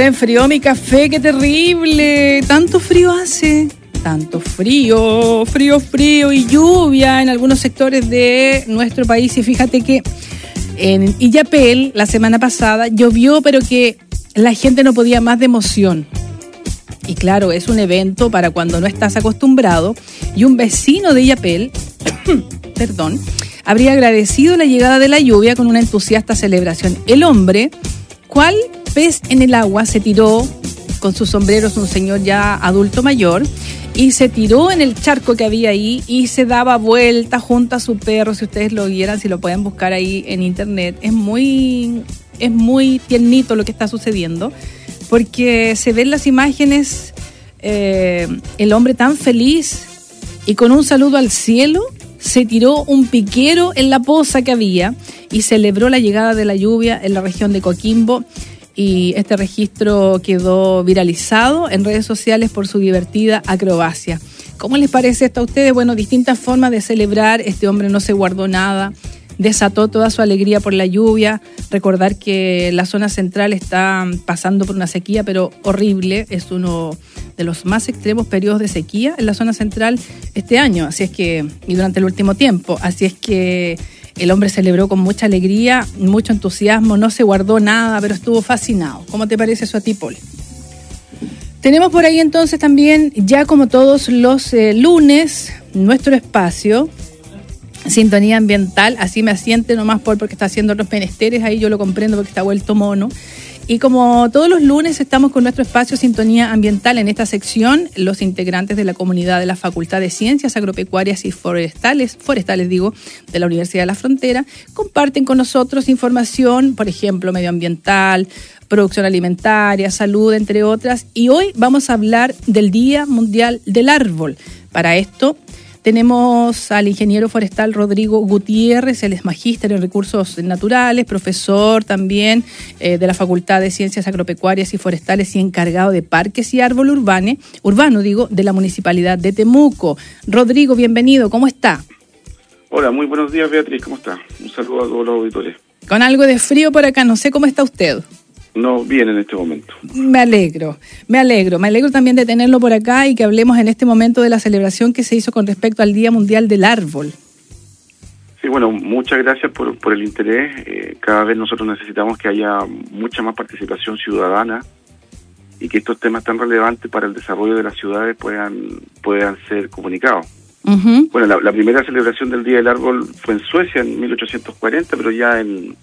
Se enfrió mi café, qué terrible. Tanto frío hace. Tanto frío y lluvia en algunos sectores de nuestro país. Y fíjate que en Illapel la semana pasada llovió, pero que la gente no podía más de emoción. Y claro, es un evento para cuando no estás acostumbrado. Y un vecino de Illapel, habría agradecido la llegada de la lluvia con una entusiasta celebración. El hombre, cual pez en el agua, se tiró con sus sombreros, un señor ya adulto mayor, y se tiró en el charco que había ahí y se daba vuelta junto a su perro. Si ustedes lo vieran, si lo pueden buscar ahí en internet, es muy tiernito lo que está sucediendo, porque se ven las imágenes, el hombre tan feliz y con un saludo al cielo se tiró un piquero en la poza que había y celebró la llegada de la lluvia en la región de Coquimbo. Y este registro quedó viralizado en redes sociales por su divertida acrobacia. ¿Cómo les parece esto a ustedes? Bueno, distintas formas de celebrar. Este hombre no se guardó nada, desató toda su alegría por la lluvia. Recordar que la zona central está pasando por una sequía, pero horrible. Es uno de los más extremos periodos de sequía en la zona central este año, y durante el último tiempo. Así es que el hombre celebró con mucha alegría, mucho entusiasmo, no se guardó nada, pero estuvo fascinado. ¿Cómo te parece eso a ti, Paul? Tenemos por ahí entonces también, ya como todos los lunes, nuestro espacio, Sintonía Ambiental. Así me asiente nomás, Paul, porque está haciendo los menesteres ahí, yo lo comprendo porque está vuelto mono. Y como todos los lunes estamos con nuestro espacio Sintonía Ambiental. En esta sección, los integrantes de la comunidad de la Facultad de Ciencias Agropecuarias y Forestales de la Universidad de la Frontera, comparten con nosotros información, por ejemplo, medioambiental, producción alimentaria, salud, entre otras. Y hoy vamos a hablar del Día Mundial del Árbol. Para esto tenemos al ingeniero forestal Rodrigo Gutiérrez. Él es magíster en recursos naturales, profesor también de la Facultad de Ciencias Agropecuarias y Forestales y encargado de parques y árbol urbano de la Municipalidad de Temuco. Rodrigo, bienvenido, ¿cómo está? Hola, muy buenos días, Beatriz, ¿cómo está? Un saludo a todos los auditores. Con algo de frío por acá, no sé cómo está usted. No, bien en este momento. Me alegro también de tenerlo por acá y que hablemos en este momento de la celebración que se hizo con respecto al Día Mundial del Árbol. Sí, bueno, muchas gracias por el interés. Cada vez nosotros necesitamos que haya mucha más participación ciudadana y que estos temas tan relevantes para el desarrollo de las ciudades puedan ser comunicados. Uh-huh. Bueno, la primera celebración del Día del Árbol fue en Suecia en 1840, pero ya en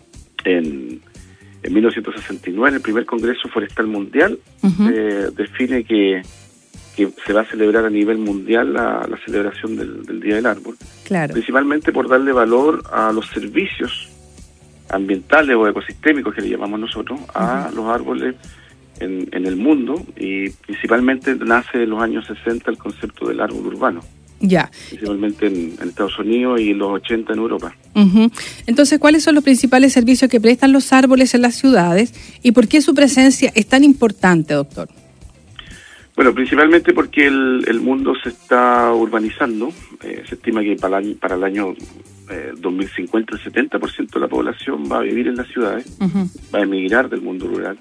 1969, el primer Congreso Forestal Mundial, uh-huh, define que se va a celebrar a nivel mundial la celebración del Día del Árbol. Claro. Principalmente por darle valor a los servicios ambientales o ecosistémicos que le llamamos nosotros, uh-huh, a los árboles en el mundo, y principalmente nace en los años 60 el concepto del árbol urbano. Ya. Principalmente en Estados Unidos y en los 80 en Europa. Uh-huh. Entonces, ¿cuáles son los principales servicios que prestan los árboles en las ciudades y por qué su presencia es tan importante, doctor? Bueno, principalmente porque el mundo se está urbanizando. Se estima que para el año 2050 el 70% de la población va a vivir en las ciudades, uh-huh, va a emigrar del mundo rural.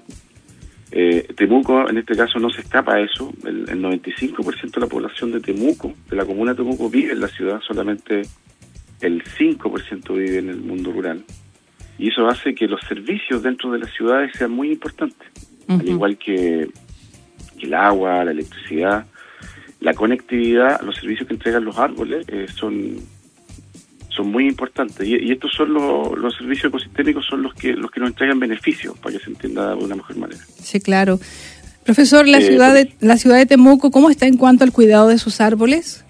Temuco, en este caso, no se escapa a eso. El 95% de la población de Temuco, de la comuna de Temuco, vive en la ciudad, solamente el 5% vive en el mundo rural. Y eso hace que los servicios dentro de las ciudades sean muy importantes, uh-huh, al igual que el agua, la electricidad, la conectividad. Los servicios que entregan los árboles son muy importantes, y estos son los servicios ecosistémicos, son los que nos entregan beneficios, para que se entienda de una mejor manera. Sí, claro. Profesor, la ciudad de Temuco, ¿cómo está en cuanto al cuidado de sus árboles?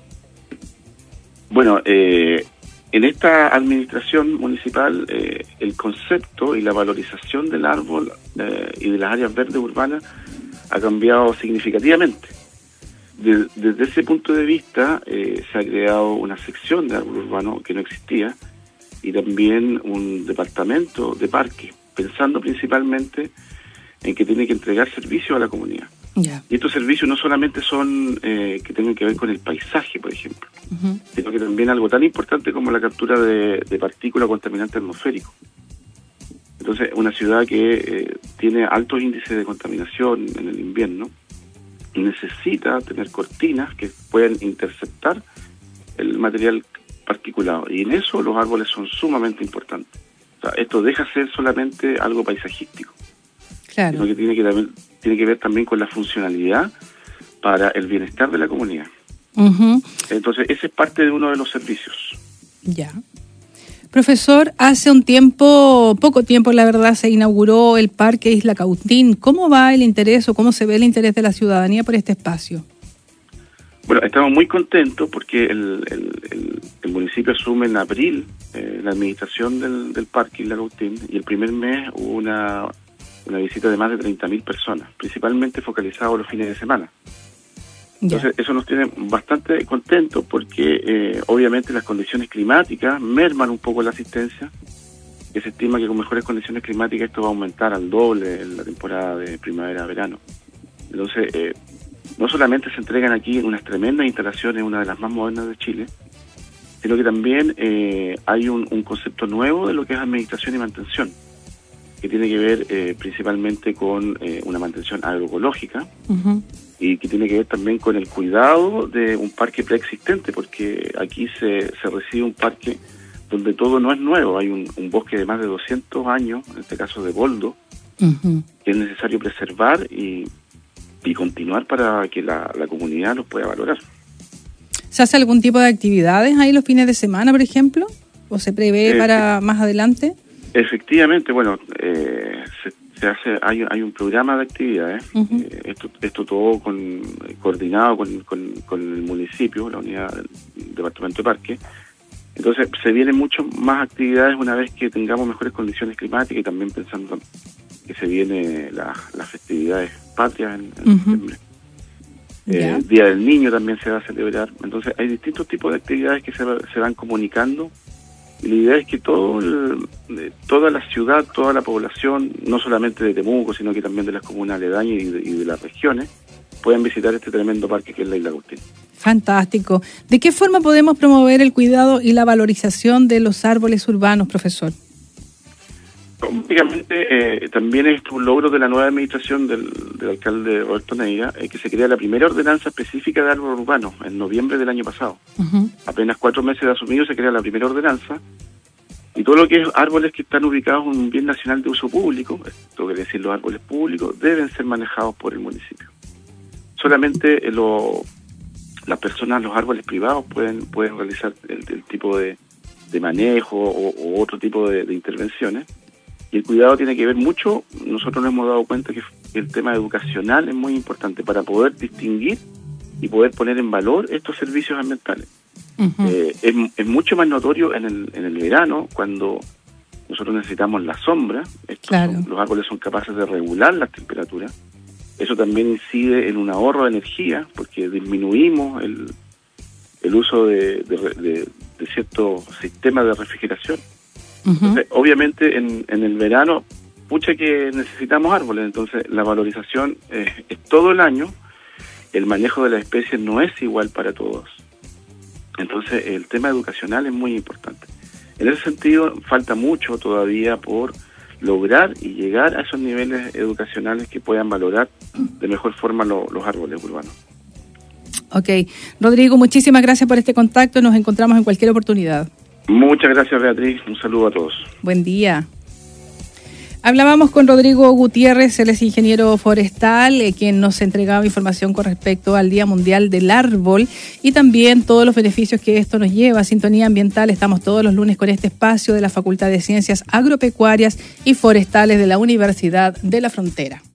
Bueno, en esta administración municipal, el concepto y la valorización del árbol y de las áreas verdes urbanas ha cambiado significativamente. Desde ese punto de vista, se ha creado una sección de árbol urbano que no existía, y también un departamento de parque, pensando principalmente en que tiene que entregar servicios a la comunidad. Yeah. Y estos servicios no solamente son que tengan que ver con el paisaje, por ejemplo, uh-huh, sino que también algo tan importante como la captura de partículas contaminantes atmosféricos. Entonces, una ciudad que tiene altos índices de contaminación en el invierno, necesita tener cortinas que puedan interceptar el material particulado, y en eso los árboles son sumamente importantes. O sea, esto deja de ser solamente algo paisajístico, claro, sino que tiene que ver también con la funcionalidad para el bienestar de la comunidad. Uh-huh. Entonces, ese es parte de uno de los servicios. Ya. Profesor, hace un tiempo, poco tiempo la verdad, se inauguró el Parque Isla Cautín. ¿Cómo va el interés o cómo se ve el interés de la ciudadanía por este espacio? Bueno, estamos muy contentos porque el municipio asume en abril la administración del Parque Isla Cautín, y el primer mes hubo una visita de más de 30.000 personas, principalmente focalizado los fines de semana. Entonces, eso nos tiene bastante contentos porque obviamente las condiciones climáticas merman un poco la asistencia, que se estima que con mejores condiciones climáticas esto va a aumentar al doble en la temporada de primavera-verano. Entonces, no solamente se entregan aquí unas tremendas instalaciones, una de las más modernas de Chile, sino que también hay un concepto nuevo de lo que es administración y mantención, que tiene que ver principalmente con una mantención agroecológica, uh-huh, y que tiene que ver también con el cuidado de un parque preexistente, porque aquí se recibe un parque donde todo no es nuevo. Hay un bosque de más de 200 años, en este caso de boldo, uh-huh, que es necesario preservar y continuar para que la comunidad los pueda valorar. ¿Se hace algún tipo de actividades ahí los fines de semana, por ejemplo? ¿O se prevé para más adelante? Efectivamente, bueno, hay un programa de actividades, uh-huh, esto todo coordinado con el municipio, la unidad del Departamento de Parque. Entonces se vienen mucho más actividades una vez que tengamos mejores condiciones climáticas, y también pensando que se vienen las festividades patrias en uh-huh, septiembre. Día del Niño también se va a celebrar. Entonces hay distintos tipos de actividades que se van comunicando. Y la idea es que toda la ciudad, toda la población, no solamente de Temuco, sino que también de las comunas aledañas y de las regiones, puedan visitar este tremendo parque que es la Isla Cautín. Fantástico. ¿De qué forma podemos promover el cuidado y la valorización de los árboles urbanos, profesor? Básicamente, también es un logro de la nueva administración del alcalde Roberto Neiga, que se crea la primera ordenanza específica de árboles urbanos en noviembre del año pasado. Uh-huh. Apenas 4 meses de asumido se crea la primera ordenanza, y todo lo que es árboles que están ubicados en un bien nacional de uso público, esto quiere decir los árboles públicos, deben ser manejados por el municipio. Solamente las personas, los árboles privados pueden realizar el tipo de manejo o otro tipo de intervenciones. Y el cuidado tiene que ver mucho, nosotros nos hemos dado cuenta que el tema educacional es muy importante para poder distinguir y poder poner en valor estos servicios ambientales. Uh-huh. Es mucho más notorio en el verano, cuando nosotros necesitamos la sombra. Claro. Los árboles son capaces de regular las temperaturas. Eso también incide en un ahorro de energía, porque disminuimos el uso de ciertos sistemas de refrigeración. Uh-huh. Entonces, obviamente en el verano, pucha que necesitamos árboles, entonces la valorización es todo el año. El manejo de las especies no es igual para todos. Entonces el tema educacional es muy importante. En ese sentido, falta mucho todavía por lograr y llegar a esos niveles educacionales que puedan valorar de mejor forma los árboles urbanos. Ok. Rodrigo, muchísimas gracias por este contacto. Nos encontramos en cualquier oportunidad. Muchas gracias, Beatriz. Un saludo a todos. Buen día. Hablábamos con Rodrigo Gutiérrez, él es ingeniero forestal, quien nos entregaba información con respecto al Día Mundial del Árbol y también todos los beneficios que esto nos lleva. Sintonía Ambiental, estamos todos los lunes con este espacio de la Facultad de Ciencias Agropecuarias y Forestales de la Universidad de la Frontera.